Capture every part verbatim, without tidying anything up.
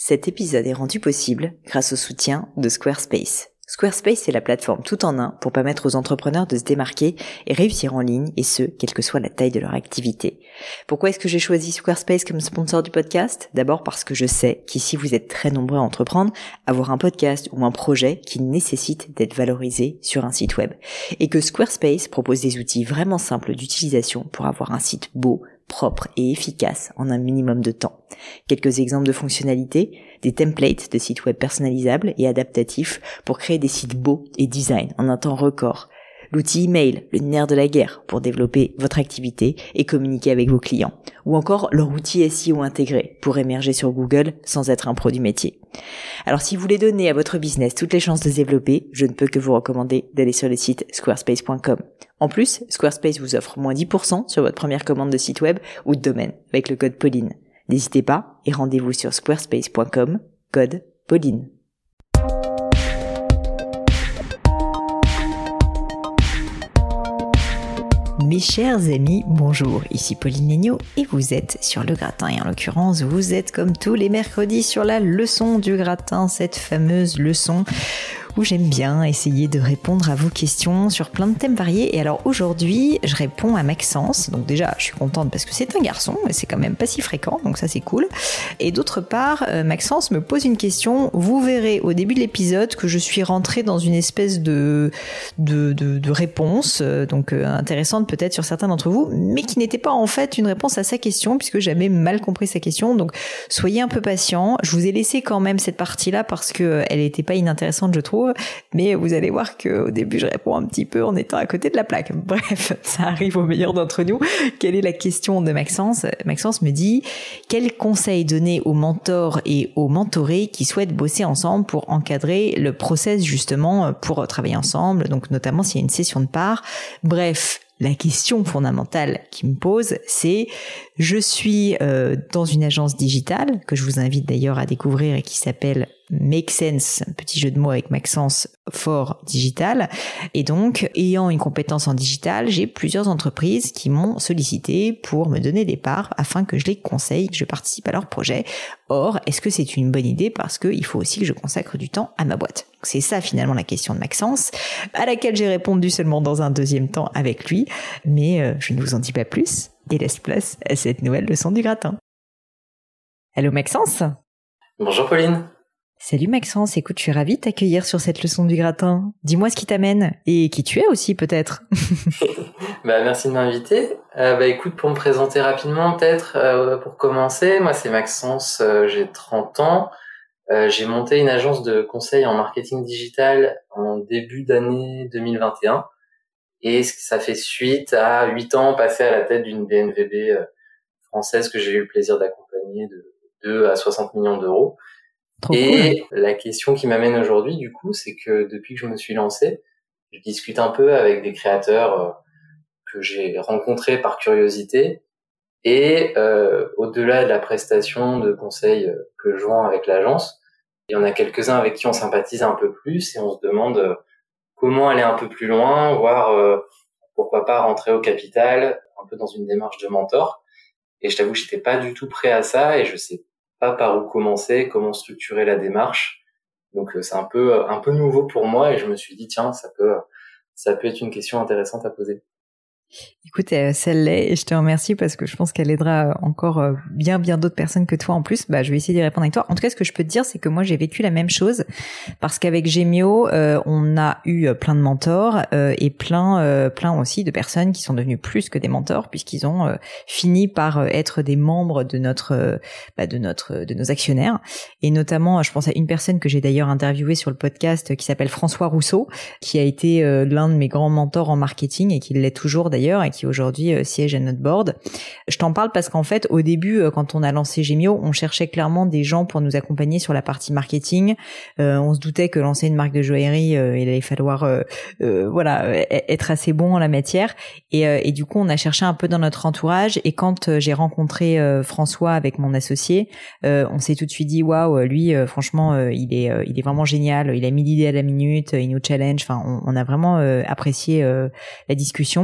Cet épisode est rendu possible grâce au soutien de Squarespace. Squarespace est la plateforme tout en un pour permettre aux entrepreneurs de se démarquer et réussir en ligne, et ce, quelle que soit la taille de leur activité. Pourquoi est-ce que j'ai choisi Squarespace comme sponsor du podcast ? D'abord parce que je sais qu'ici vous êtes très nombreux à entreprendre, avoir un podcast ou un projet qui nécessite d'être valorisé sur un site web. Et que Squarespace propose des outils vraiment simples d'utilisation pour avoir un site beau, propre et efficace en un minimum de temps. Quelques exemples de fonctionnalités, des templates de sites web personnalisables et adaptatifs pour créer des sites beaux et design en un temps record. L'outil email, le nerf de la guerre pour développer votre activité et communiquer avec vos clients. Ou encore leur outil S E O intégré pour émerger sur Google sans être un pro du métier. Alors si vous voulez donner à votre business toutes les chances de se développer, je ne peux que vous recommander d'aller sur le site squarespace point com. En plus, Squarespace vous offre moins dix pour cent sur votre première commande de site web ou de domaine avec le code Pauline. N'hésitez pas et rendez-vous sur squarespace point com, code Pauline. Mes chers amis, bonjour, ici Pauline Legnaud et vous êtes sur Le Gratin. Et en l'occurrence, vous êtes comme tous les mercredis sur la leçon du gratin, cette fameuse leçon où j'aime bien essayer de répondre à vos questions sur plein de thèmes variés. Et alors aujourd'hui, je réponds à Maxence. Donc déjà, je suis contente parce que c'est un garçon, mais c'est quand même pas si fréquent, donc ça c'est cool. Et d'autre part, Maxence me pose une question. Vous verrez au début de l'épisode que je suis rentrée dans une espèce de, de, de, de réponse, donc intéressante peut-être sur certains d'entre vous, mais qui n'était pas en fait une réponse à sa question, puisque j'avais mal compris sa question. Donc soyez un peu patients. Je vous ai laissé quand même cette partie-là parce qu'elle n'était pas inintéressante, je trouve. Mais vous allez voir qu'au début, je réponds un petit peu en étant à côté de la plaque. Bref, ça arrive au meilleur d'entre nous. Quelle est la question de Maxence ? Maxence me dit « Quels conseils donner aux mentors et aux mentorés qui souhaitent bosser ensemble pour encadrer le process justement pour travailler ensemble, donc notamment s'il y a une session de part ?» Bref, la question fondamentale qu'il me pose, c'est « Je suis euh, dans une agence digitale, que je vous invite d'ailleurs à découvrir et qui s'appelle Make Sense, un petit jeu de mots avec Maxence, for digital. Et donc, ayant une compétence en digital, j'ai plusieurs entreprises qui m'ont sollicité pour me donner des parts afin que je les conseille, que je participe à leur projet. Or, est-ce que c'est une bonne idée parce qu'il faut aussi que je consacre du temps à ma boîte ? Donc, c'est ça finalement la question de Maxence, à laquelle j'ai répondu seulement dans un deuxième temps avec lui. Mais euh, je ne vous en dis pas plus et laisse place à cette nouvelle leçon du gratin. Allô Maxence ? Bonjour Pauline. Salut Maxence, écoute, je suis ravie de t'accueillir sur cette leçon du gratin. Dis-moi ce qui t'amène et qui tu es aussi peut-être. bah merci de m'inviter. Euh, bah écoute, pour me présenter rapidement peut-être, euh, pour commencer, moi c'est Maxence, euh, j'ai trente ans. Euh, j'ai monté une agence de conseil en marketing digital en début d'année deux mille vingt et un et ça fait suite à huit ans passés à la tête d'une B N V B euh, française que j'ai eu le plaisir d'accompagner de deux à soixante millions d'euros. Trop et cool. La question qui m'amène aujourd'hui, du coup, c'est que depuis que je me suis lancé, je discute un peu avec des créateurs euh, que j'ai rencontrés par curiosité. Et euh, au-delà de la prestation de conseils euh, que je vends avec l'agence, il y en a quelques-uns avec qui on sympathise un peu plus et on se demande euh, comment aller un peu plus loin, voire euh, pourquoi pas rentrer au capital, un peu dans une démarche de mentor. Et je t'avoue que j'étais pas du tout prêt à ça et je sais pas par où commencer, comment structurer la démarche. Donc c'est un peu un peu nouveau pour moi et je me suis dit tiens, ça peut ça peut être une question intéressante à poser. Écoute, celle l'est et je te remercie parce que je pense qu'elle aidera encore bien bien d'autres personnes que toi en plus. Bah, je vais essayer d'y répondre avec toi. En tout cas, ce que je peux te dire, c'est que moi j'ai vécu la même chose parce qu'avec Gemio, euh, on a eu plein de mentors euh, et plein euh, plein aussi de personnes qui sont devenues plus que des mentors puisqu'ils ont euh, fini par être des membres de notre euh, bah, de notre de nos actionnaires. Et notamment, je pense à une personne que j'ai d'ailleurs interviewée sur le podcast qui s'appelle François Rousseau, qui a été euh, l'un de mes grands mentors en marketing et qui l'est toujours d'ailleurs et qui aujourd'hui euh, siège à notre board. Je t'en parle parce qu'en fait, au début, euh, quand on a lancé Gemio, on cherchait clairement des gens pour nous accompagner sur la partie marketing. Euh, on se doutait que lancer une marque de joaillerie, euh, il allait falloir euh, euh, voilà, être assez bon en la matière. Et, euh, et du coup, on a cherché un peu dans notre entourage. Et quand euh, j'ai rencontré euh, François avec mon associé, euh, on s'est tout de suite dit waouh, lui, euh, franchement, euh, il est, euh, il est vraiment génial. Il a mis l'idée à la minute, il nous challenge. Enfin, on, on a vraiment euh, apprécié euh, la discussion.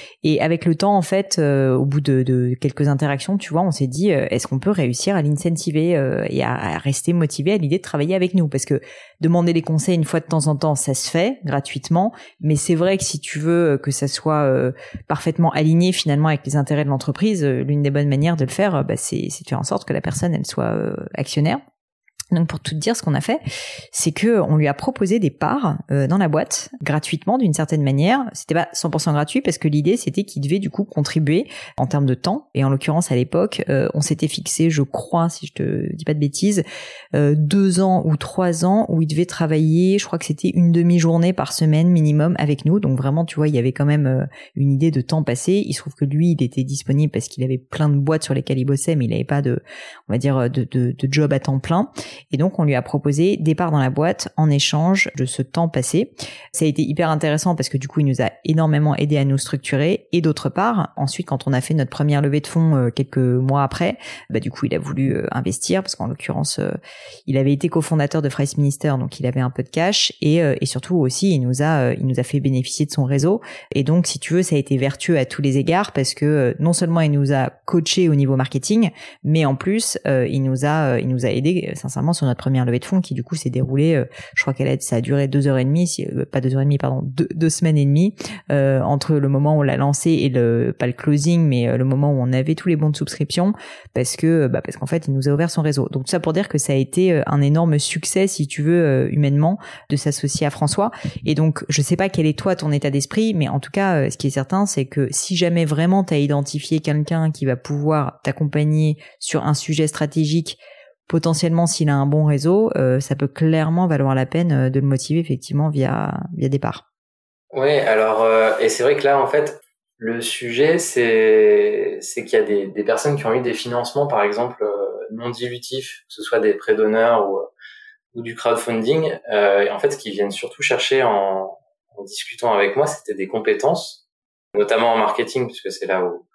Et avec le temps, en fait, euh, au bout de, de quelques interactions, tu vois, on s'est dit, euh, est-ce qu'on peut réussir à l'incentiver euh, et à, à rester motivé à l'idée de travailler avec nous? Parce que demander des conseils une fois de temps en temps, ça se fait gratuitement, mais c'est vrai que si tu veux que ça soit euh, parfaitement aligné finalement avec les intérêts de l'entreprise, euh, l'une des bonnes manières de le faire, euh, bah, c'est, c'est de faire en sorte que la personne, elle soit euh, actionnaire. Donc pour tout te dire, ce qu'on a fait, c'est que on lui a proposé des parts euh, dans la boîte gratuitement d'une certaine manière. C'était pas cent pour cent gratuit parce que l'idée c'était qu'il devait du coup contribuer en termes de temps. Et en l'occurrence à l'époque, euh, on s'était fixé, je crois, si je te dis pas de bêtises, euh, deux ans ou trois ans où il devait travailler. Je crois que c'était une demi-journée par semaine minimum avec nous. Donc vraiment, tu vois, il y avait quand même euh, une idée de temps passé. Il se trouve que lui, il était disponible parce qu'il avait plein de boîtes sur lesquelles il bossait, mais il n'avait pas de, on va dire, de, de, de job à temps plein. Et donc, on lui a proposé des parts dans la boîte en échange de ce temps passé. Ça a été hyper intéressant parce que du coup, il nous a énormément aidé à nous structurer. Et d'autre part, ensuite, quand on a fait notre première levée de fonds euh, quelques mois après, bah du coup, il a voulu euh, investir parce qu'en l'occurrence, euh, il avait été cofondateur de Price Minister, donc il avait un peu de cash. Et, euh, et surtout aussi, il nous a, euh, il nous a fait bénéficier de son réseau. Et donc, si tu veux, ça a été vertueux à tous les égards parce que euh, non seulement il nous a coaché au niveau marketing, mais en plus, euh, il nous a, euh, il nous a aidé sincèrement sur notre première levée de fonds qui du coup s'est déroulée, euh, je crois qu'elle a, ça a duré deux heures et demie, si, euh, pas deux heures et demie, pardon, deux, deux semaines et demie, euh, entre le moment où on l'a lancé et le, pas le closing, mais euh, le moment où on avait tous les bons de souscription, parce que, bah, parce qu'en fait, il nous a ouvert son réseau. Donc tout ça pour dire que ça a été euh, un énorme succès, si tu veux, euh, humainement, de s'associer à François. Et donc, je sais pas quel est toi ton état d'esprit, mais en tout cas, euh, ce qui est certain, c'est que si jamais vraiment t'as identifié quelqu'un qui va pouvoir t'accompagner sur un sujet stratégique, potentiellement s'il a un bon réseau, euh, ça peut clairement valoir la peine euh, de le motiver effectivement via via des parts. Oui, alors euh, et c'est vrai que là en fait le sujet c'est c'est qu'il y a des des personnes qui ont eu des financements par exemple euh, non dilutifs, que ce soit des prêts d'honneur ou ou du crowdfunding, euh, et en fait ce qu'ils viennent surtout chercher en en discutant avec moi, c'était des compétences, notamment en marketing puisque c'est là où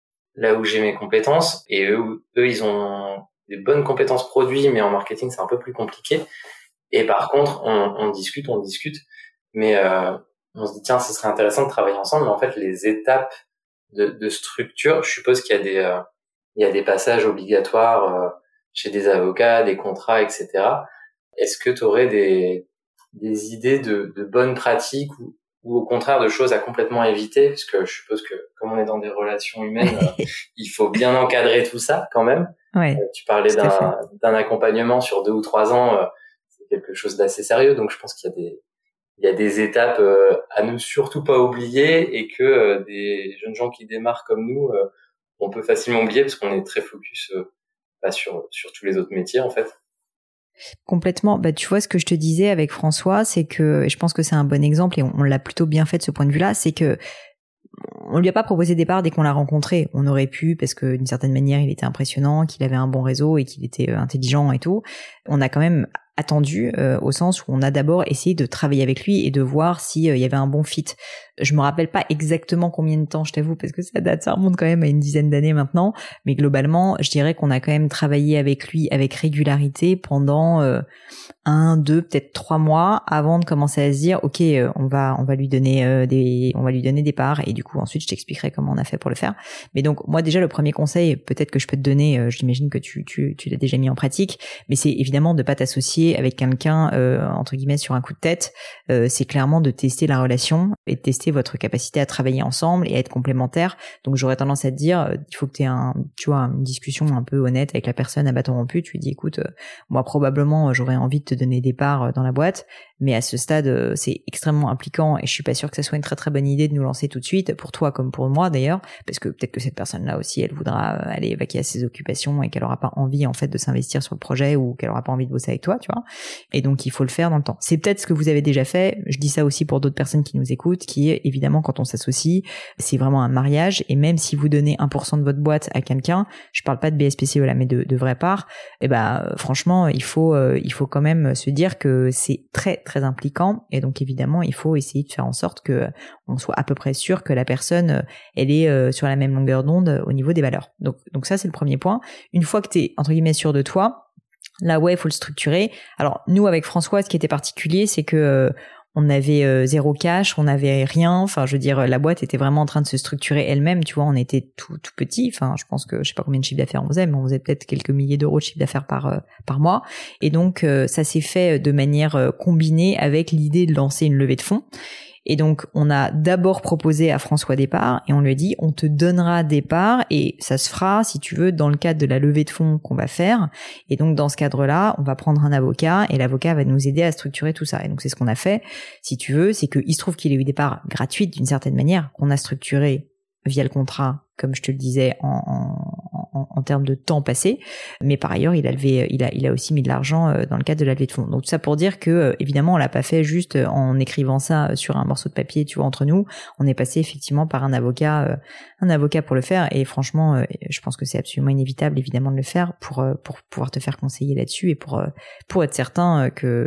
là où j'ai mes compétences, et eux eux ils ont des bonnes compétences produits, mais en marketing c'est un peu plus compliqué. Et par contre, on, on discute, on discute, mais euh, on se dit tiens, ce serait intéressant de travailler ensemble. Mais en fait, les étapes de, de structure, je suppose qu'il y a des euh, il y a des passages obligatoires euh, chez des avocats, des contrats, et cetera. Est-ce que tu aurais des des idées de, de bonnes pratiques ou, ou au contraire de choses à complètement éviter, parce que je suppose que comme on est dans des relations humaines, euh, il faut bien encadrer tout ça quand même. Ouais, euh, tu parlais d'un, d'un accompagnement sur deux ou trois ans, euh, c'est quelque chose d'assez sérieux, donc je pense qu'il y a des il y a des étapes euh, à ne surtout pas oublier et que euh, des jeunes gens qui démarrent comme nous, euh, on peut facilement oublier parce qu'on est très focus euh, bah, sur sur tous les autres métiers en fait. Complètement. Bah, tu vois, ce que je te disais avec François, c'est que, et je pense que c'est un bon exemple et on, on l'a plutôt bien fait de ce point de vue-là, c'est que on lui a pas proposé des parts dès qu'on l'a rencontré. On aurait pu, parce que d'une certaine manière, il était impressionnant, qu'il avait un bon réseau et qu'il était intelligent et tout. On a quand même attendu euh, au sens où on a d'abord essayé de travailler avec lui et de voir s'il euh, y avait un bon fit. Je me rappelle pas exactement combien de temps, je t'avoue, parce que ça date, ça remonte quand même à une dizaine d'années maintenant, mais globalement, je dirais qu'on a quand même travaillé avec lui avec régularité pendant euh, un, deux, peut-être trois mois avant de commencer à se dire, ok, euh, on va, on va lui donner euh, des, on va lui donner des parts, et du coup ensuite je t'expliquerai comment on a fait pour le faire. Mais donc moi déjà le premier conseil, peut-être que je peux te donner, euh, j'imagine que tu, tu, tu l'as déjà mis en pratique, mais c'est évidemment de pas t'associer avec quelqu'un euh, entre guillemets sur un coup de tête. Euh, c'est clairement de tester la relation et de tester votre capacité à travailler ensemble et à être complémentaires. Donc j'aurais tendance à te dire, euh, il faut que tu aies un, tu vois, une discussion un peu honnête avec la personne à bâton rompu. Tu lui dis, écoute, euh, moi probablement euh, j'aurais envie de te donner des parts euh, dans la boîte, mais à ce stade euh, c'est extrêmement impliquant et je suis pas sûre que ça soit une très très bonne idée de nous lancer tout de suite, pour toi comme pour moi d'ailleurs, parce que peut-être que cette personne-là aussi elle voudra euh, aller vaquer à ses occupations et qu'elle aura pas envie en fait de s'investir sur le projet, ou qu'elle aura pas envie de bosser avec toi, tu vois. Et donc il faut le faire dans le temps. C'est peut-être ce que vous avez déjà fait. Je dis ça aussi pour d'autres personnes qui nous écoutent, qui est évidemment quand on s'associe, c'est vraiment un mariage, et même si vous donnez un pour cent de votre boîte à quelqu'un, je parle pas de B S P C E là, mais de, de vraies parts, et ben franchement il faut euh, il faut quand même se dire que c'est très très impliquant, et donc évidemment il faut essayer de faire en sorte que on soit à peu près sûr que la personne elle est euh, sur la même longueur d'onde au niveau des valeurs. Donc donc ça c'est le premier point. Une fois que t'es entre guillemets sûr de toi, là ouais, il faut le structurer. Alors nous avec François, ce qui était particulier, c'est que euh, on avait euh, zéro cash, on n'avait rien. Enfin, je veux dire, la boîte était vraiment en train de se structurer elle-même. Tu vois, on était tout tout petit. Enfin, je pense que je sais pas combien de chiffre d'affaires on faisait, mais on faisait peut-être quelques milliers d'euros de chiffre d'affaires par euh, par mois. Et donc, euh, ça s'est fait de manière euh, combinée avec l'idée de lancer une levée de fonds. Et donc, on a d'abord proposé à François des parts et on lui a dit, on te donnera des parts et ça se fera, si tu veux, dans le cadre de la levée de fonds qu'on va faire. Et donc, dans ce cadre-là, on va prendre un avocat et l'avocat va nous aider à structurer tout ça. Et donc, c'est ce qu'on a fait, si tu veux, c'est qu'il se trouve qu'il a eu des parts gratuites d'une certaine manière qu'on a structuré via le contrat, comme je te le disais, en, en, en, en termes de temps passé. Mais par ailleurs, il a levé, il a, il a aussi mis de l'argent dans le cadre de la levée de fonds. Donc tout ça pour dire que, évidemment, on l'a pas fait juste en écrivant ça sur un morceau de papier, tu vois, entre nous. On est passé effectivement par un avocat, un avocat pour le faire. Et franchement, je pense que c'est absolument inévitable, évidemment, de le faire pour, pour pouvoir te faire conseiller là-dessus et pour, pour être certain que,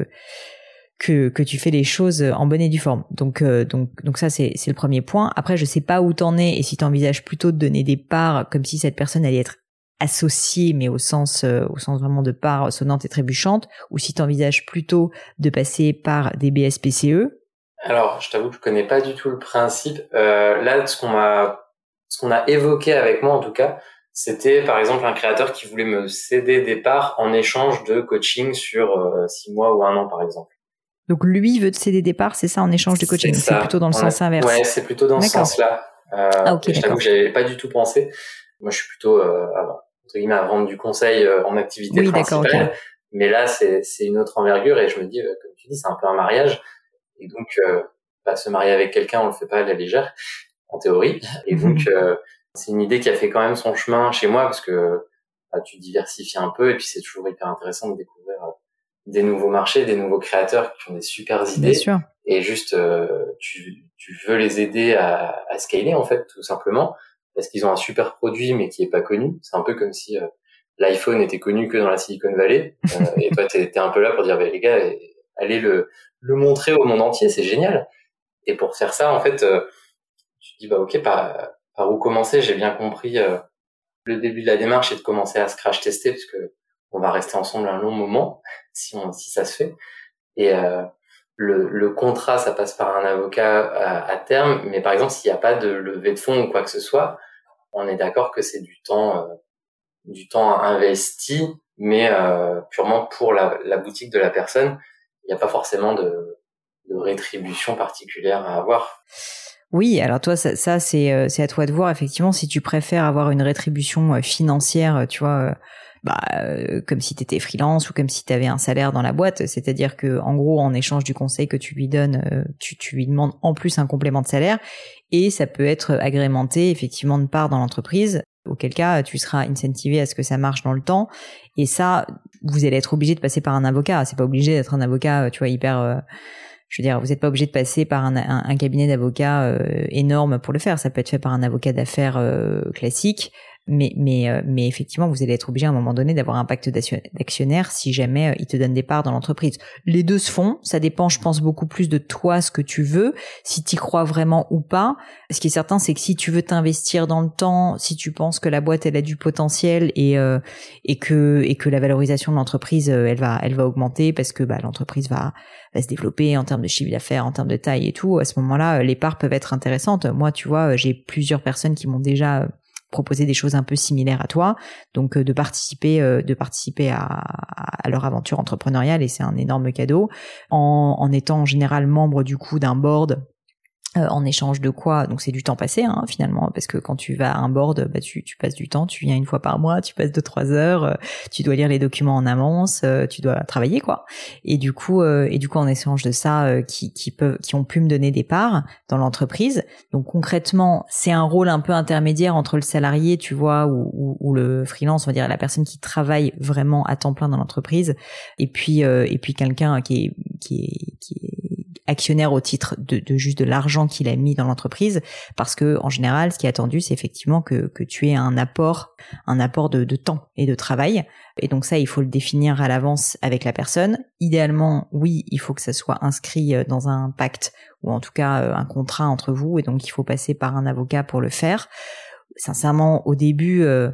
que que tu fais les choses en bonne et due forme. Donc euh, donc donc ça c'est c'est le premier point. Après je sais pas où t'en es et si t'envisages plutôt de donner des parts comme si cette personne allait être associée mais au sens euh, au sens vraiment de parts sonnantes et trébuchantes, ou si t'envisages plutôt de passer par des B S P C E. Alors, je t'avoue que je connais pas du tout le principe. Euh, là, ce qu'on m'a ce qu'on a évoqué avec moi en tout cas, c'était par exemple un créateur qui voulait me céder des parts en échange de coaching sur euh, six mois ou un an par exemple. Donc lui veut te céder des parts, c'est ça, en échange de coaching. C'est, c'est plutôt dans le on sens a... inverse. Ouais, c'est plutôt dans d'accord. ce sens-là. Euh, ah ok, je t'avoue d'accord. que j'avais pas du tout pensé. Moi, je suis plutôt euh, à, entre guillemets, à vendre du conseil euh, en activité oui, principale. d'accord, okay. Mais là, c'est c'est une autre envergure et je me dis, euh, comme tu dis, c'est un peu un mariage. Et donc, euh, bah, se marier avec quelqu'un, on le fait pas à la légère, en théorie. Et donc, euh, c'est une idée qui a fait quand même son chemin chez moi parce que bah, tu diversifies un peu et puis c'est toujours hyper intéressant de découvrir euh, des nouveaux marchés, des nouveaux créateurs qui ont des super idées. Bien sûr. Et juste, euh, tu, tu veux les aider à, à scaler, en fait, tout simplement, parce qu'ils ont un super produit, mais qui est pas connu. C'est un peu comme si euh, l'iPhone était connu que dans la Silicon Valley. Euh, et toi, t'es, t'es un peu là pour dire, bah, les gars, allez le, le montrer au monde entier, c'est génial. Et pour faire ça, en fait, euh, tu te dis, bah, ok, par, par où commencer? J'ai bien compris euh, le début de la démarche est de commencer à se crash tester, parce que on va rester ensemble un long moment, si on, si ça se fait. Et euh, le, le contrat, ça passe par un avocat à, à terme, mais par exemple, s'il n'y a pas de levée de fonds ou quoi que ce soit, on est d'accord que c'est du temps, euh, du temps investi, mais euh, purement pour la, la boutique de la personne. Il n'y a pas forcément de, de rétribution particulière à avoir. Oui, alors toi, ça, ça c'est, euh, c'est à toi de voir, effectivement, si tu préfères avoir une rétribution euh, financière, tu vois, euh, bah, euh, comme si tu étais freelance ou comme si tu avais un salaire dans la boîte, c'est-à-dire que en gros, en échange du conseil que tu lui donnes, euh, tu, tu lui demandes en plus un complément de salaire, et ça peut être agrémenté effectivement de part dans l'entreprise, auquel cas tu seras incentivé à ce que ça marche dans le temps, et ça, vous allez être obligé de passer par un avocat, c'est pas obligé d'être un avocat, tu vois, hyper... Euh, je veux dire, vous n'êtes pas obligé de passer par un, un, un cabinet d'avocats euh, énorme pour le faire. Ça peut être fait par un avocat d'affaires euh, classique, mais mais euh, mais effectivement, vous allez être obligé à un moment donné d'avoir un pacte d'actionnaire si jamais euh, il te donne des parts dans l'entreprise. Les deux se font. Ça dépend, je pense, beaucoup plus de toi, ce que tu veux, si tu y crois vraiment ou pas. Ce qui est certain, c'est que si tu veux t'investir dans le temps, si tu penses que la boîte elle a du potentiel et euh, et que et que la valorisation de l'entreprise euh, elle va elle va augmenter parce que bah l'entreprise va va se développer en termes de chiffre d'affaires, en termes de taille et tout, à ce moment-là, les parts peuvent être intéressantes. Moi, tu vois, j'ai plusieurs personnes qui m'ont déjà proposé des choses un peu similaires à toi, donc de participer, de participer à, à leur aventure entrepreneuriale, et c'est un énorme cadeau, en, en étant en général membre du coup d'un board. Euh, en échange de quoi? Donc c'est du temps passé hein, finalement, parce que quand tu vas à un board, bah tu, tu passes du temps, tu viens une fois par mois, tu passes deux trois heures, euh, tu dois lire les documents en avance, euh, tu dois travailler quoi. Et du coup, euh, et du coup en échange de ça, euh, qui, qui peuvent, qui ont pu me donner des parts dans l'entreprise. Donc concrètement, c'est un rôle un peu intermédiaire entre le salarié, tu vois, ou, ou, ou le freelance, on va dire la personne qui travaille vraiment à temps plein dans l'entreprise, et puis euh, et puis quelqu'un qui est qui est qui est actionnaire au titre de, de juste de l'argent qu'il a mis dans l'entreprise, parce que en général, ce qui est attendu, c'est effectivement que que tu aies un apport, un apport de, de temps et de travail. Et donc ça, il faut le définir à l'avance avec la personne. Idéalement, oui, il faut que ça soit inscrit dans un pacte ou en tout cas un contrat entre vous, et donc il faut passer par un avocat pour le faire. Sincèrement, au début. Euh,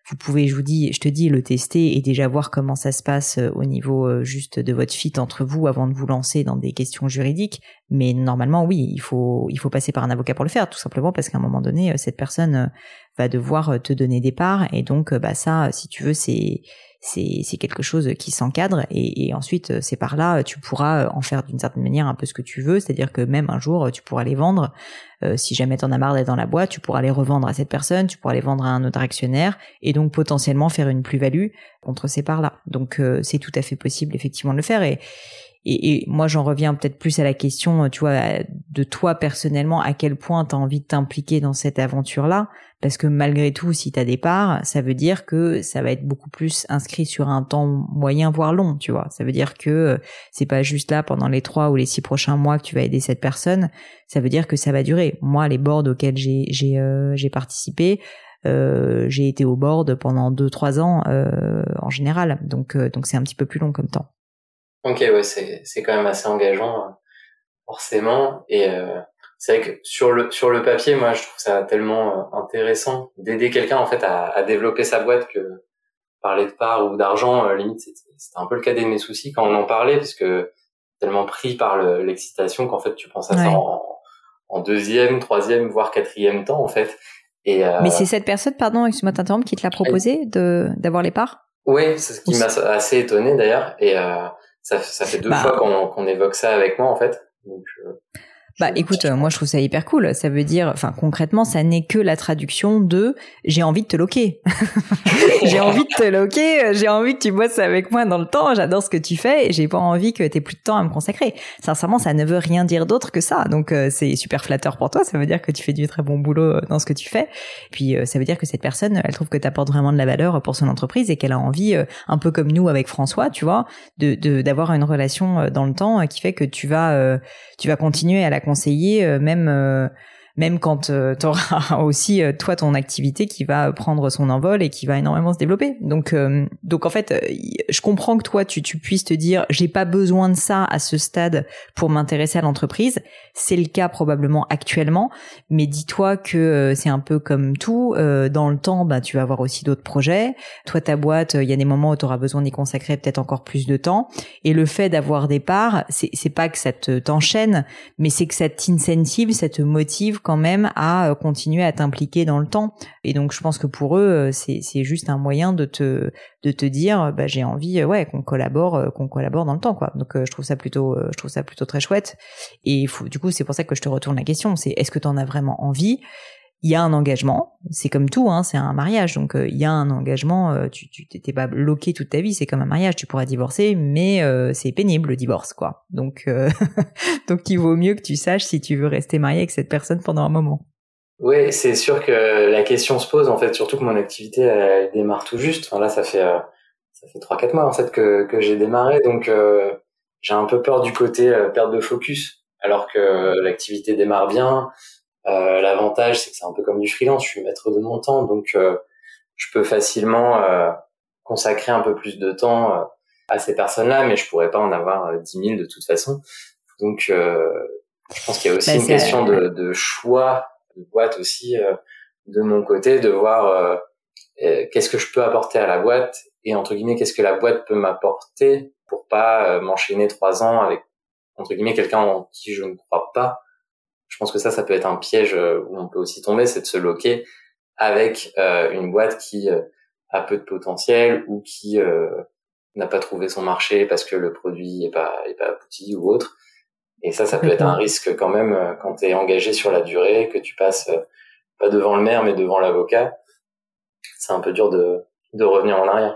vous pouvez, je vous dis, je te dis, le tester et déjà voir comment ça se passe au niveau euh, juste de votre fit entre vous avant de vous lancer dans des questions juridiques. Mais normalement, oui, il faut, il faut passer par un avocat pour le faire, tout simplement parce qu'à un moment donné, cette personne va devoir te donner des parts et donc, bah ça, si tu veux, c'est c'est c'est quelque chose qui s'encadre et, et ensuite ces parts-là tu pourras en faire d'une certaine manière un peu ce que tu veux, c'est-à-dire que même un jour tu pourras les vendre, euh, si jamais t'en as marre d'être dans la boîte, tu pourras les revendre à cette personne, tu pourras les vendre à un autre actionnaire et donc potentiellement faire une plus-value contre ces parts-là. Donc euh, c'est tout à fait possible effectivement de le faire et Et, et moi, j'en reviens peut-être plus à la question, tu vois, de toi personnellement, à quel point tu as envie de t'impliquer dans cette aventure-là. Parce que malgré tout, si tu as des parts, ça veut dire que ça va être beaucoup plus inscrit sur un temps moyen, voire long, tu vois. Ça veut dire que c'est pas juste là pendant les trois ou les six prochains mois que tu vas aider cette personne. Ça veut dire que ça va durer. Moi, les boards auxquels j'ai, j'ai, euh, j'ai participé, euh, j'ai été au board pendant deux, trois ans euh, en général. Donc, euh, donc c'est un petit peu plus long comme temps. Ok, ouais, c'est c'est quand même assez engageant, forcément. Et euh, c'est vrai que sur le sur le papier, moi, je trouve ça tellement intéressant d'aider quelqu'un en fait à, à développer sa boîte que parler de part ou d'argent, euh, limite, c'était, c'était un peu le cadet de mes soucis quand on en parlait, parce que tellement pris par le, l'excitation qu'en fait tu penses à ouais. ça en, en deuxième, troisième, voire quatrième temps en fait. Et euh... mais c'est cette personne, pardon, excuse-moi de t'interrompre, qui te l'a proposé de d'avoir les parts. Oui, c'est ce qui m'a assez étonné d'ailleurs. Et euh, Ça, ça fait deux bah, fois qu'on, qu'on évoque ça avec moi en fait. Donc, euh, bah écoute, euh, moi je trouve ça hyper cool. Ça veut dire, enfin concrètement, ça n'est que la traduction de j'ai envie de te loquer. J'ai envie de te loquer. J'ai envie que tu bosses avec moi dans le temps. J'adore ce que tu fais et j'ai pas envie que t'aies plus de temps à me consacrer. Sincèrement, ça ne veut rien dire d'autre que ça. Donc euh, c'est super flatteur pour toi. Ça veut dire que tu fais du très bon boulot dans ce que tu fais. Et puis euh, ça veut dire que cette personne, elle trouve que t'apportes vraiment de la valeur pour son entreprise et qu'elle a envie, euh, un peu comme nous avec François, tu vois, de, de d'avoir une relation dans le temps qui fait que tu vas euh, tu vas continuer à la conseiller euh, même euh, même quand euh, tu auras aussi euh, toi ton activité qui va prendre son envol et qui va énormément se développer. Donc euh, donc en fait, euh, je comprends que toi tu tu puisses te dire j'ai pas besoin de ça à ce stade pour m'intéresser à l'entreprise. C'est le cas probablement actuellement, mais dis-toi que euh, c'est un peu comme tout, euh, dans le temps bah tu vas avoir aussi d'autres projets. Toi ta boîte, il y a des moments où tu auras besoin d'y consacrer peut-être encore plus de temps et le fait d'avoir des parts, c'est c'est pas que ça te t'enchaîne, mais c'est que ça t'incentive, ça te motive quand même à continuer à t'impliquer dans le temps. Et donc je pense que pour eux c'est c'est juste un moyen de te de te dire bah j'ai envie ouais qu'on collabore qu'on collabore dans le temps quoi. Donc euh, je trouve ça plutôt euh, je trouve ça plutôt très chouette. Et il faut, du coup c'est pour ça que je te retourne la question, c'est est-ce que tu en as vraiment envie? Il y a un engagement, c'est comme tout hein, c'est un mariage. Donc euh, il y a un engagement, euh, tu tu t'es pas bloqué toute ta vie, c'est comme un mariage, tu pourras divorcer mais euh, c'est pénible le divorce quoi. Donc euh, donc il vaut mieux que tu saches si tu veux rester marié avec cette personne pendant un moment. Oui, c'est sûr que la question se pose en fait, surtout que mon activité elle démarre tout juste. Enfin, là ça fait euh, ça fait trois quatre mois en fait que que j'ai démarré, donc euh, j'ai un peu peur du côté euh, perte de focus alors que euh, l'activité démarre bien. Euh, l'avantage, c'est que c'est un peu comme du freelance, je suis maître de mon temps, donc euh, je peux facilement euh, consacrer un peu plus de temps euh, à ces personnes-là, mais je pourrais pas en avoir euh, dix mille de toute façon. Donc, euh, je pense qu'il y a aussi bah, une question de, de choix de boîte aussi euh, de mon côté, de voir euh, euh, qu'est-ce que je peux apporter à la boîte et entre guillemets qu'est-ce que la boîte peut m'apporter pour pas euh, m'enchaîner trois ans avec entre guillemets quelqu'un en qui je ne crois pas. Je pense que ça, ça peut être un piège où on peut aussi tomber, c'est de se loquer avec euh, une boîte qui euh, a peu de potentiel ou qui euh, n'a pas trouvé son marché parce que le produit est pas est pas abouti ou autre. Et ça, ça peut être un risque quand même euh, quand tu es engagé sur la durée, que tu passes euh, pas devant le maire mais devant l'avocat. C'est un peu dur de de revenir en arrière.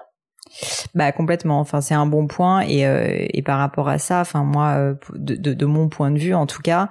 Bah complètement. Enfin c'est un bon point et euh, et par rapport à ça, enfin moi de, de de mon point de vue en tout cas.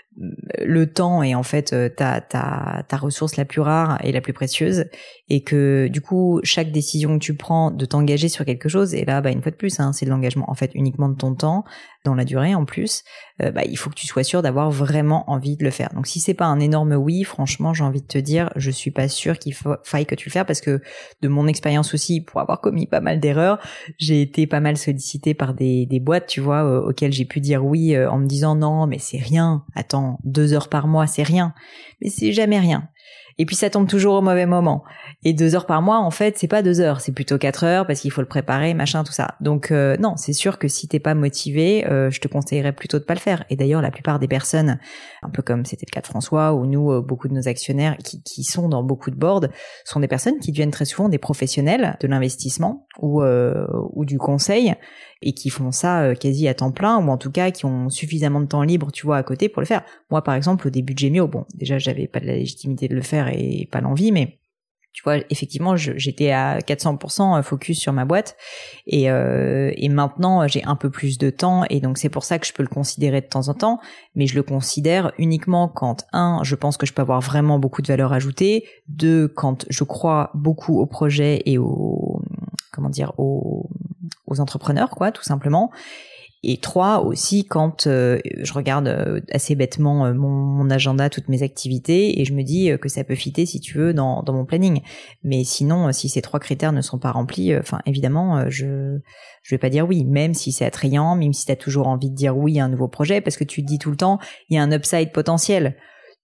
Le temps est en fait ta ta ta ressource la plus rare et la plus précieuse et que du coup chaque décision que tu prends de t'engager sur quelque chose et là bah une fois de plus hein, c'est de l'engagement en fait uniquement de ton temps dans la durée en plus euh, bah il faut que tu sois sûr d'avoir vraiment envie de le faire. Donc si c'est pas un énorme oui, franchement j'ai envie de te dire je suis pas sûre qu'il fa- faille que tu le fasses parce que de mon expérience aussi pour avoir commis pas mal d'erreurs j'ai été pas mal sollicitée par des des boîtes tu vois euh, auxquelles j'ai pu dire oui euh, en me disant non mais c'est rien, attends deux heures par mois c'est rien, mais c'est jamais rien. Et puis ça tombe toujours au mauvais moment. Et deux heures par mois, en fait, c'est pas deux heures, c'est plutôt quatre heures parce qu'il faut le préparer, machin, tout ça. Donc euh, non, c'est sûr que si t'es pas motivé, euh, je te conseillerais plutôt de pas le faire. Et d'ailleurs, la plupart des personnes, un peu comme c'était le cas de François ou nous, euh, beaucoup de nos actionnaires qui, qui sont dans beaucoup de boards, sont des personnes qui deviennent très souvent des professionnels de l'investissement ou euh, ou du conseil et qui font ça euh, quasi à temps plein ou en tout cas qui ont suffisamment de temps libre, tu vois, à côté pour le faire. Moi, par exemple, au début de Gemio, bon, déjà, j'avais pas de la légitimité de le faire et pas l'envie, mais tu vois, effectivement, je, j'étais à quatre cents pour cent focus sur ma boîte et, euh, et maintenant, j'ai un peu plus de temps et donc c'est pour ça que je peux le considérer de temps en temps, mais je le considère uniquement quand, un, je pense que je peux avoir vraiment beaucoup de valeur ajoutée, deux, quand je crois beaucoup au projet et au, comment dire, aux, aux entrepreneurs, quoi, tout simplement. Et trois, aussi quand euh, je regarde euh, assez bêtement euh, mon, mon agenda, toutes mes activités, et je me dis euh, que ça peut fitter, si tu veux, dans, dans mon planning. Mais sinon, euh, si ces trois critères ne sont pas remplis, enfin, euh, évidemment, euh, je je vais pas dire oui, même si c'est attrayant, même si tu as toujours envie de dire oui à un nouveau projet, parce que tu te dis tout le temps, il y a un upside potentiel.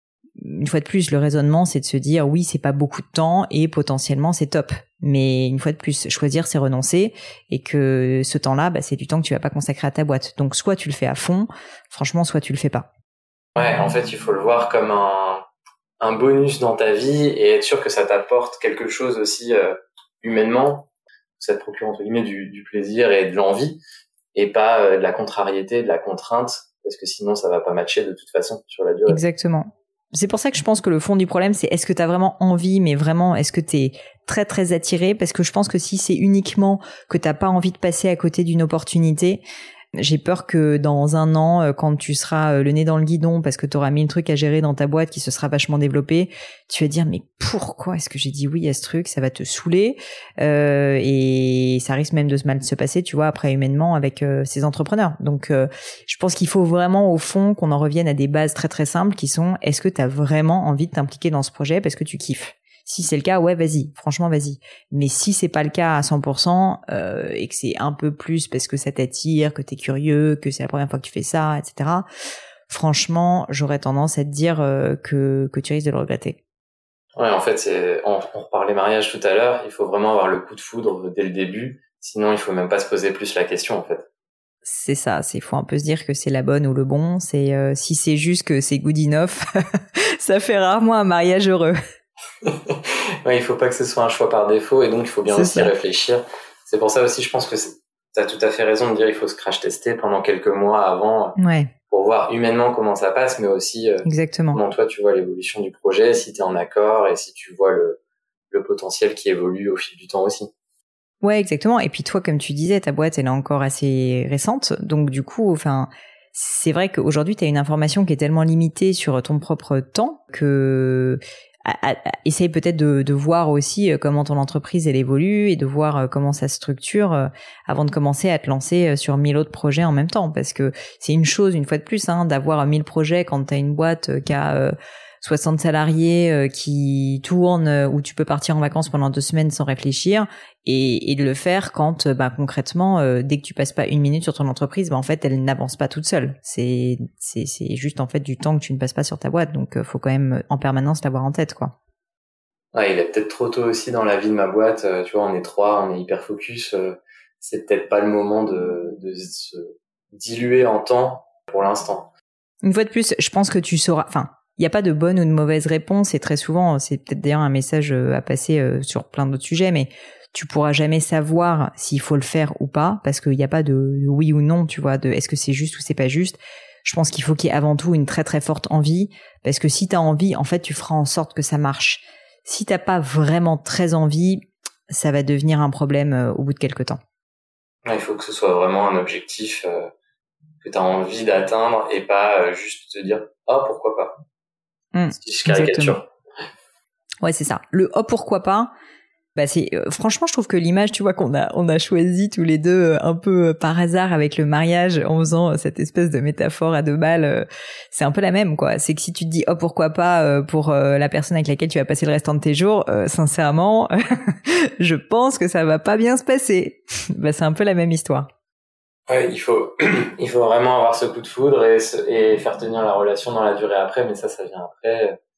Une fois de plus, le raisonnement, c'est de se dire oui, c'est pas beaucoup de temps et potentiellement c'est top. Mais une fois de plus, choisir, c'est renoncer et que ce temps-là, bah, c'est du temps que tu vas pas consacrer à ta boîte. Donc soit tu le fais à fond, franchement, soit tu le fais pas. Ouais, en fait, il faut le voir comme un, un bonus dans ta vie et être sûr que ça t'apporte quelque chose aussi euh, humainement. Ça te procure entre guillemets du, du plaisir et de l'envie et pas euh, de la contrariété, de la contrainte, parce que sinon ça va pas matcher de toute façon sur la durée. Exactement. C'est pour ça que je pense que le fond du problème, c'est est-ce que tu as vraiment envie, mais vraiment, est-ce que tu es très, très attiré? Parce que je pense que si c'est uniquement que tu n'as pas envie de passer à côté d'une opportunité, j'ai peur que dans un an, quand tu seras le nez dans le guidon parce que tu auras mis le truc à gérer dans ta boîte qui se sera vachement développé, tu vas dire mais pourquoi est-ce que j'ai dit oui à ce truc? Ça va te saouler euh, et ça risque même de se mal se passer, tu vois, après humainement avec euh, ces entrepreneurs. Donc, euh, je pense qu'il faut vraiment au fond qu'on en revienne à des bases très très simples qui sont est-ce que tu as vraiment envie de t'impliquer dans ce projet parce que tu kiffes? Si c'est le cas, ouais, vas-y, franchement, vas-y. Mais si c'est pas le cas à cent pour cent euh, et que c'est un peu plus parce que ça t'attire, que t'es curieux, que c'est la première fois que tu fais ça, et cetera. Franchement, j'aurais tendance à te dire euh, que que tu risques de le regretter. Ouais, en fait, c'est on, on reparlait mariage tout à l'heure. Il faut vraiment avoir le coup de foudre dès le début. Sinon, il faut même pas se poser plus la question, en fait. C'est ça, c'est faut un peu se dire que c'est la bonne ou le bon. C'est euh, si c'est juste que c'est good enough, ça fait rarement un mariage heureux. Ouais, il faut pas que ce soit un choix par défaut et donc il faut bien c'est aussi ça. réfléchir. C'est pour ça aussi, je pense que tu as tout à fait raison de dire il faut se crash tester pendant quelques mois avant ouais. pour voir humainement comment ça passe, mais aussi euh, exactement. comment toi tu vois l'évolution du projet, si tu es en accord et si tu vois le, le potentiel qui évolue au fil du temps aussi. Ouais, exactement. Et puis toi, comme tu disais, ta boîte elle est encore assez récente, donc du coup, enfin. C'est vrai qu'aujourd'hui, tu as une information qui est tellement limitée sur ton propre temps que à, à, essaye peut-être de, de voir aussi comment ton entreprise elle évolue et de voir comment ça se structure avant de commencer à te lancer sur mille autres projets en même temps. Parce que c'est une chose, une fois de plus, hein, d'avoir mille projets quand tu as une boîte qui a euh, soixante salariés euh, qui tournent, euh, où tu peux partir en vacances pendant deux semaines sans réfléchir et, et de le faire quand bah, concrètement, euh, dès que tu passes pas une minute sur ton entreprise, bah, en fait, elle n'avance pas toute seule. C'est, c'est, c'est juste en fait du temps que tu ne passes pas sur ta boîte. Donc, euh, faut quand même en permanence l'avoir en tête, quoi. Ouais, il est peut-être trop tôt aussi dans la vie de ma boîte. Euh, tu vois, on est trois, on est hyper focus. Euh, c'est peut-être pas le moment de, de se diluer en temps pour l'instant. Une fois de plus, je pense que tu sauras... Enfin, il n'y a pas de bonne ou de mauvaise réponse et très souvent, c'est peut-être d'ailleurs un message à passer sur plein d'autres sujets, mais tu pourras jamais savoir s'il faut le faire ou pas parce qu'il n'y a pas de oui ou non, tu vois, de est-ce que c'est juste ou c'est pas juste. Je pense qu'il faut qu'il y ait avant tout une très très forte envie parce que si tu as envie, en fait, tu feras en sorte que ça marche. Si t'as pas vraiment très envie, ça va devenir un problème au bout de quelques temps. Il faut que ce soit vraiment un objectif euh, que tu as envie d'atteindre et pas euh, juste te dire « Oh, pourquoi pas ?» Mmh, Si je caricature. Ouais, c'est ça. Le « Oh, pourquoi pas ?» Bah c'est euh, franchement, je trouve que l'image, tu vois, qu'on a on a choisi tous les deux euh, un peu euh, par hasard avec le mariage en faisant euh, cette espèce de métaphore à deux balles, euh, c'est un peu la même, quoi. C'est que si tu te dis oh pourquoi pas euh, pour euh, la personne avec laquelle tu vas passer le restant de tes jours, euh, sincèrement, je pense que ça va pas bien se passer. Bah c'est un peu la même histoire. Ouais, il faut il faut vraiment avoir ce coup de foudre et, et faire tenir la relation dans la durée après, mais ça ça vient après.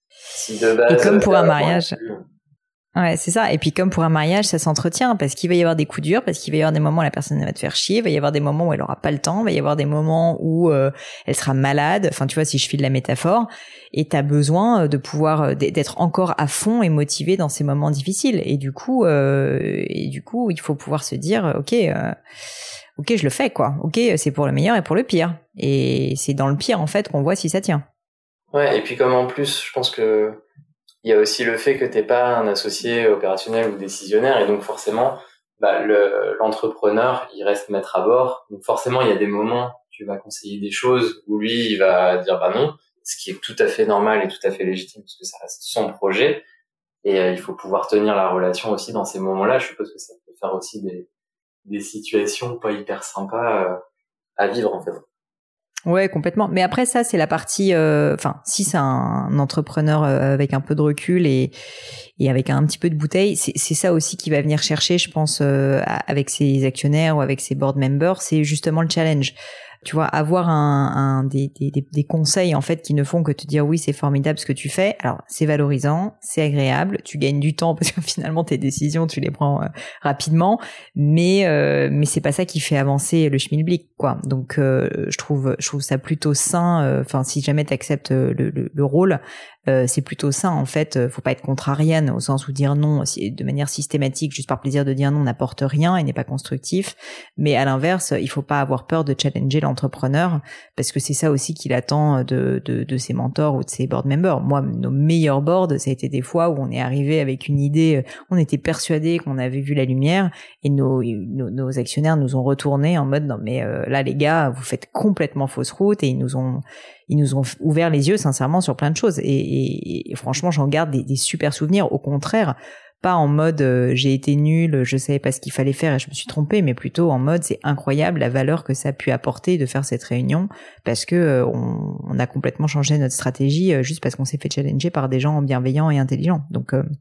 Si de base, et comme pour un euh, mariage, ouais. ouais, c'est ça. Et puis comme pour un mariage, ça s'entretient parce qu'il va y avoir des coups durs, parce qu'il va y avoir des moments où la personne va te faire chier, il va y avoir des moments où elle aura pas le temps, il va y avoir des moments où euh, elle sera malade. Enfin, tu vois, si je file la métaphore, et t'as besoin de pouvoir d'être encore à fond et motivé dans ces moments difficiles. Et du coup, euh, et du coup, il faut pouvoir se dire, ok. Euh, Ok, je le fais, quoi. Ok, c'est pour le meilleur et pour le pire. Et c'est dans le pire, en fait, qu'on voit si ça tient. Ouais, et puis comme en plus, je pense que il y a aussi le fait que t'es pas un associé opérationnel ou décisionnaire, et donc forcément, bah, le, l'entrepreneur, il reste maître à bord. Donc forcément, il y a des moments, tu vas conseiller des choses où lui, il va dire bah non, ce qui est tout à fait normal et tout à fait légitime, parce que ça reste son projet. Et euh, il faut pouvoir tenir la relation aussi dans ces moments-là. Je suppose que ça peut faire aussi des des situations pas hyper sympas euh, à vivre en fait. Ouais, complètement. Mais après ça, c'est la partie. Enfin, euh, si c'est un entrepreneur euh, avec un peu de recul et et avec un petit peu de bouteille, c'est, c'est ça aussi qui va venir chercher, je pense, euh, avec ses actionnaires ou avec ses board members, c'est justement le challenge. Tu vois, avoir un, un des, des, des conseils en fait qui ne font que te dire oui, c'est formidable ce que tu fais. Alors c'est valorisant, c'est agréable, tu gagnes du temps parce que finalement tes décisions tu les prends euh, rapidement, mais euh, mais c'est pas ça qui fait avancer le schmilblick quoi. Donc euh, je trouve je trouve ça plutôt sain. Enfin euh, si jamais t'acceptes le, le, le rôle, euh, c'est plutôt sain en fait. Faut pas être contrarienne au sens où dire non de manière systématique juste par plaisir de dire non n'apporte rien et n'est pas constructif. Mais à l'inverse, il faut pas avoir peur de challenger l'entrepreneur parce que c'est ça aussi qu'il attend de, de, de ses mentors ou de ses board members. Moi, nos meilleurs boards, ça a été des fois où on est arrivé avec une idée, on était persuadé qu'on avait vu la lumière et nos, nos, nos actionnaires nous ont retourné en mode non mais euh, là les gars, vous faites complètement fausse route et ils nous ont ils nous ont ouvert les yeux sincèrement sur plein de choses et, et, et franchement j'en garde des, des super souvenirs. Au contraire, pas en mode euh, j'ai été nul, je savais pas ce qu'il fallait faire et je me suis trompée, mais plutôt en mode c'est incroyable la valeur que ça a pu apporter de faire cette réunion parce que euh, on, on a complètement changé notre stratégie euh, juste parce qu'on s'est fait challenger par des gens bienveillants et intelligents. Donc euh,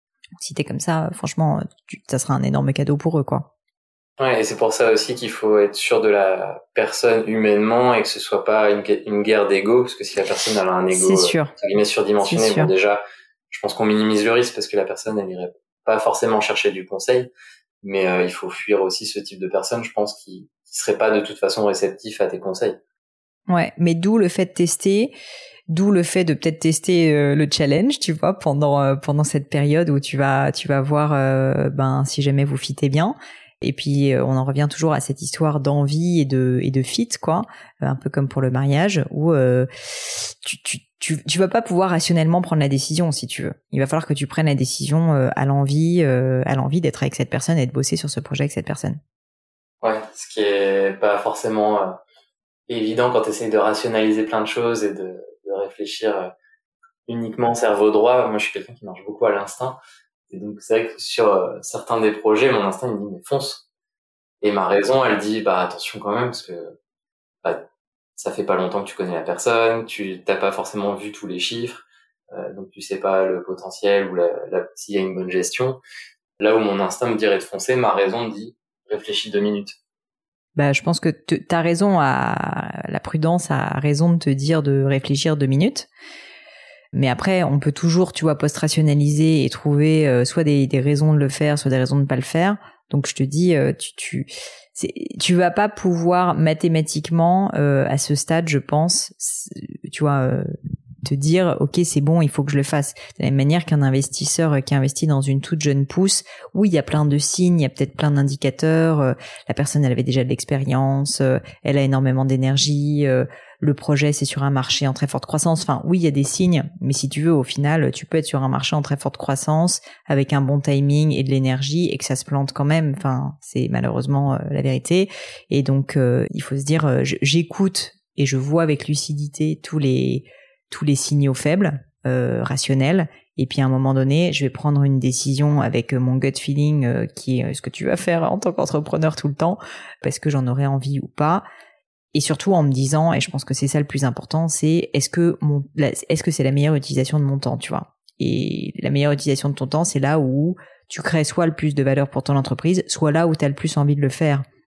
si t'es comme ça, franchement, tu, ça sera un énorme cadeau pour eux quoi. Ouais, et c'est pour ça aussi qu'il faut être sûr de la personne humainement et que ce soit pas une, une guerre d'ego, parce que si la personne elle a un ego euh, surdimensionné, bon déjà, je pense qu'on minimise le risque parce que la personne elle irait pas forcément chercher du conseil, mais euh, il faut fuir aussi ce type de personne, je pense, qui, qui serait pas de toute façon réceptif à tes conseils. Ouais, mais d'où le fait de tester. D'où le fait de peut-être tester euh, le challenge, tu vois, pendant euh, pendant cette période où tu vas tu vas voir euh, ben si jamais vous fitez bien. Et puis euh, on en revient toujours à cette histoire d'envie et de et de fit quoi, un peu comme pour le mariage où euh, tu tu tu tu vas pas pouvoir rationnellement prendre la décision si tu veux. Il va falloir que tu prennes la décision euh, à l'envie euh, à l'envie d'être avec cette personne et de bosser sur ce projet avec cette personne. Ouais, ce qui est pas forcément euh, évident quand tu essayes de rationaliser plein de choses et de de réfléchir euh, uniquement cerveau droit. Moi je suis quelqu'un qui marche beaucoup à l'instinct. Et donc, c'est vrai que sur euh, certains des projets, mon instinct, il me dit, mais fonce. Et ma raison, elle dit, bah, attention quand même, parce que, bah, ça fait pas longtemps que tu connais la personne, tu t'as pas forcément vu tous les chiffres, euh, donc tu sais pas le potentiel ou la, la, s'il y a une bonne gestion. Là où mon instinct me dirait de foncer, ma raison me dit, réfléchis deux minutes. Bah, je pense que t'as raison à, la prudence a raison de te dire de réfléchir deux minutes. Mais après, on peut toujours, tu vois, post-rationaliser et trouver euh, soit des, des raisons de le faire, soit des raisons de ne pas le faire. Donc, je te dis, euh, tu, tu, c'est, tu vas pas pouvoir mathématiquement, euh, à ce stade, je pense, tu vois, euh, te dire, ok, c'est bon, il faut que je le fasse. De la même manière qu'un investisseur qui investit dans une toute jeune pousse, où il y a plein de signes, il y a peut-être plein d'indicateurs. Euh, la personne, elle avait déjà de l'expérience, euh, elle a énormément d'énergie. Euh, le projet c'est sur un marché en très forte croissance. Enfin oui, il y a des signes, mais si tu veux, au final, tu peux être sur un marché en très forte croissance avec un bon timing et de l'énergie et que ça se plante quand même. Enfin, c'est malheureusement euh, la vérité. Et donc euh, il faut se dire, euh, j'écoute et je vois avec lucidité tous les tous les signaux faibles, euh, rationnels. Et puis à un moment donné, je vais prendre une décision avec mon gut feeling, euh, qui est ce que tu vas faire en tant qu'entrepreneur tout le temps, parce que j'en aurais envie ou pas. Et surtout en me disant, et je pense que c'est ça le plus important, c'est est-ce que mon, est-ce que c'est la meilleure utilisation de mon temps, tu vois. Et la meilleure utilisation de ton temps, c'est là où tu crées soit le plus de valeur pour ton entreprise, soit là où tu as le plus envie de le faire.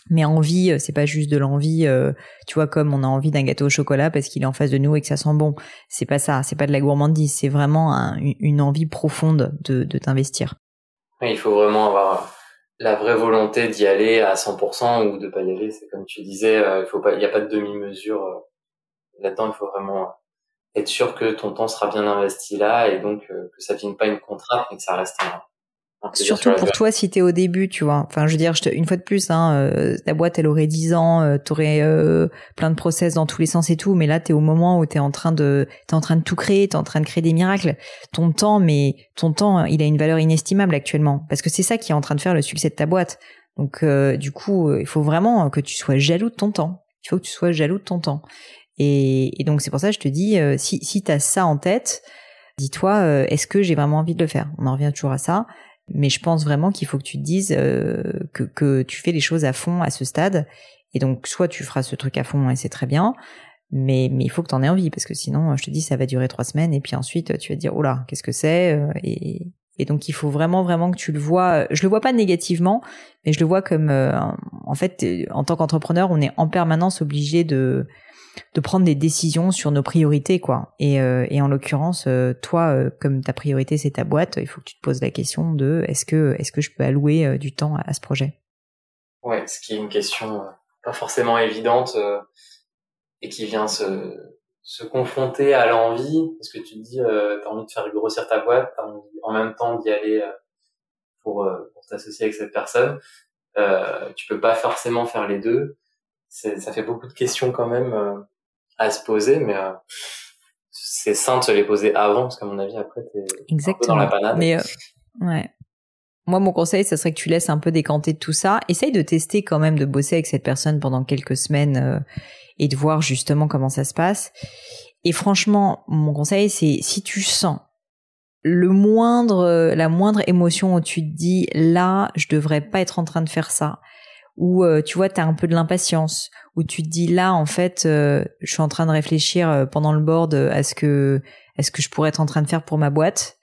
Mais envie, c'est pas juste de l'envie, euh, tu vois, comme on a envie d'un gâteau au chocolat parce qu'il est en face de nous et que ça sent bon. C'est pas ça, c'est pas de la gourmandise, c'est vraiment un, une envie profonde de, de t'investir. Oui, il faut vraiment avoir la vraie volonté d'y aller à cent pour cent ou de pas y aller. C'est comme tu disais, euh, il faut pas, il y a pas de demi-mesure euh, là-dedans. Il faut vraiment être sûr que ton temps sera bien investi là et donc euh, que ça devienne pas une contrainte mais que ça reste un, surtout pour toi si t'es au début, tu vois. Enfin, je veux dire, je te, une fois de plus, hein, euh, ta boîte, elle aurait dix ans, euh, t'aurais euh, plein de process dans tous les sens et tout, mais là, t'es au moment où t'es en train de, t'es en train de tout créer, t'es en train de créer des miracles. Ton temps, mais ton temps, il a une valeur inestimable actuellement, parce que c'est ça qui est en train de faire le succès de ta boîte. Donc, euh, du coup, euh, il faut vraiment que tu sois jaloux de ton temps. Il faut que tu sois jaloux de ton temps. Et, et donc, c'est pour ça que je te dis, euh, si, si t'as ça en tête, dis-toi, euh, est-ce que j'ai vraiment envie de le faire? On en revient toujours à ça. Mais je pense vraiment qu'il faut que tu te dises euh, que, que tu fais les choses à fond à ce stade. Et donc, soit tu feras ce truc à fond et c'est très bien, mais, mais il faut que tu en aies envie, parce que sinon, je te dis, ça va durer trois semaines et puis ensuite, tu vas te dire, oh là, qu'est-ce que c'est et, et donc, il faut vraiment, vraiment que tu le vois. Je le vois pas négativement, mais je le vois comme, euh, en fait, en tant qu'entrepreneur, on est en permanence obligé de... de prendre des décisions sur nos priorités, quoi. Et, euh, et en l'occurrence, euh, toi, euh, comme ta priorité c'est ta boîte, il faut que tu te poses la question de est-ce que est-ce que je peux allouer euh, du temps à, à ce projet. Ouais, ce qui est une question euh, pas forcément évidente euh, et qui vient se se confronter à l'envie, parce que tu te dis euh, t'as envie de faire grossir ta boîte, t'as envie en même temps d'y aller euh, pour euh, pour t'associer avec cette personne. Euh, tu peux pas forcément faire les deux. C'est, ça fait beaucoup de questions quand même euh, à se poser, mais euh, c'est sain de se les poser avant, parce qu'à mon avis, après, t'es Exactement. un peu dans la panade. Mais euh, ouais. Moi, mon conseil, ça serait que tu laisses un peu décanter de tout ça. Essaye de tester quand même, de bosser avec cette personne pendant quelques semaines euh, et de voir justement comment ça se passe. Et franchement, mon conseil, c'est si tu sens le moindre, la moindre émotion où tu te dis là, je devrais pas être en train de faire ça, ou euh, tu vois, t'as un peu de l'impatience, où tu te dis là, en fait, euh, je suis en train de réfléchir euh, pendant le board euh, à ce que, à ce que je pourrais être en train de faire pour ma boîte.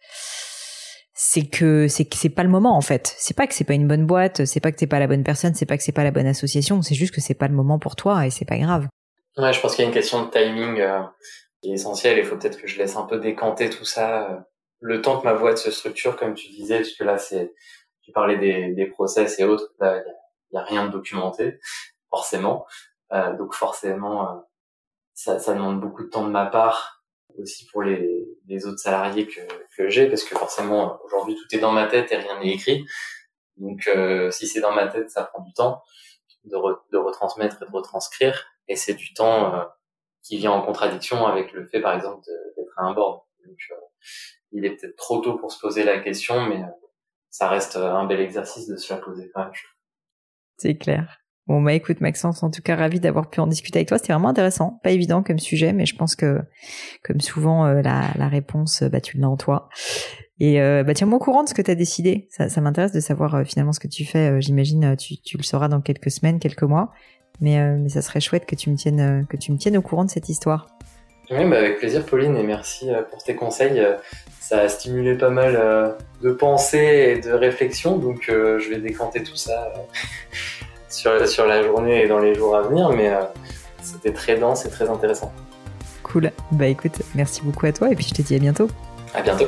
C'est que c'est que c'est pas le moment en fait. C'est pas que c'est pas une bonne boîte, c'est pas que t'es pas la bonne personne, c'est pas que c'est pas la bonne association, c'est juste que c'est pas le moment pour toi et c'est pas grave. Ouais, je pense qu'il y a une question de timing euh, qui est essentielle. Il faut peut-être que je laisse un peu décanter tout ça, euh, le temps que ma boîte se structure, comme tu disais, parce que là, c'est, tu parlais des, des process et autres. Là, il y a rien de documenté, forcément. Euh, donc forcément, euh, ça, ça demande beaucoup de temps de ma part. Aussi pour les, les autres salariés que, que j'ai, parce que forcément aujourd'hui tout est dans ma tête et rien n'est écrit, donc euh, si c'est dans ma tête ça prend du temps de, re, de retransmettre et de retranscrire, et c'est du temps euh, qui vient en contradiction avec le fait par exemple de, d'être à un board. Donc euh, il est peut-être trop tôt pour se poser la question, mais euh, ça reste un bel exercice de se la poser quand même. C'est clair. Bon, bah écoute Maxence, en tout cas ravi d'avoir pu en discuter avec toi, c'était vraiment intéressant, pas évident comme sujet, mais je pense que comme souvent euh, la, la réponse, bah tu l'as en toi. Et euh, bah tiens-moi au courant de ce que tu as décidé, ça, ça m'intéresse de savoir euh, finalement ce que tu fais, euh, j'imagine tu, tu le sauras dans quelques semaines, quelques mois, mais, euh, mais ça serait chouette que tu me tiennes, euh, que tu me tiennes au courant de cette histoire. Oui, bah avec plaisir Pauline, et merci euh, pour tes conseils, euh, ça a stimulé pas mal euh, de pensées et de réflexions, donc euh, je vais décanter tout ça euh, sur, sur la journée et dans les jours à venir, mais euh, c'était très dense et très intéressant. Cool, bah écoute, merci beaucoup à toi et puis je te dis à bientôt. À bientôt.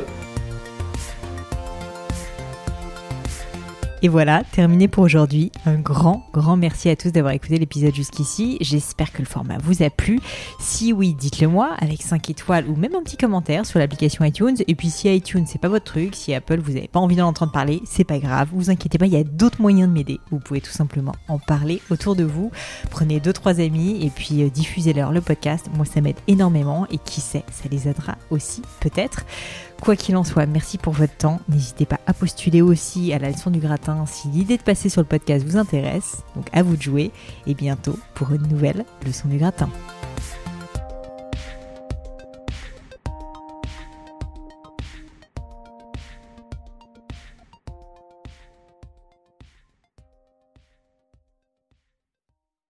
Et voilà, terminé pour aujourd'hui. Un grand, grand merci à tous d'avoir écouté l'épisode jusqu'ici. J'espère que le format vous a plu. Si oui, dites-le moi avec cinq étoiles ou même un petit commentaire sur l'application iTunes. Et puis si iTunes, c'est pas votre truc, si Apple, vous n'avez pas envie d'en entendre parler, c'est pas grave. Vous inquiétez pas, il y a d'autres moyens de m'aider. Vous pouvez tout simplement en parler autour de vous. Prenez deux, trois amis et puis euh, diffusez-leur le podcast. Moi, ça m'aide énormément et qui sait, ça les aidera aussi peut-être. Quoi qu'il en soit, merci pour votre temps. N'hésitez pas à postuler aussi à la leçon du gratin si l'idée de passer sur le podcast vous intéresse. Donc à vous de jouer et bientôt pour une nouvelle leçon du gratin.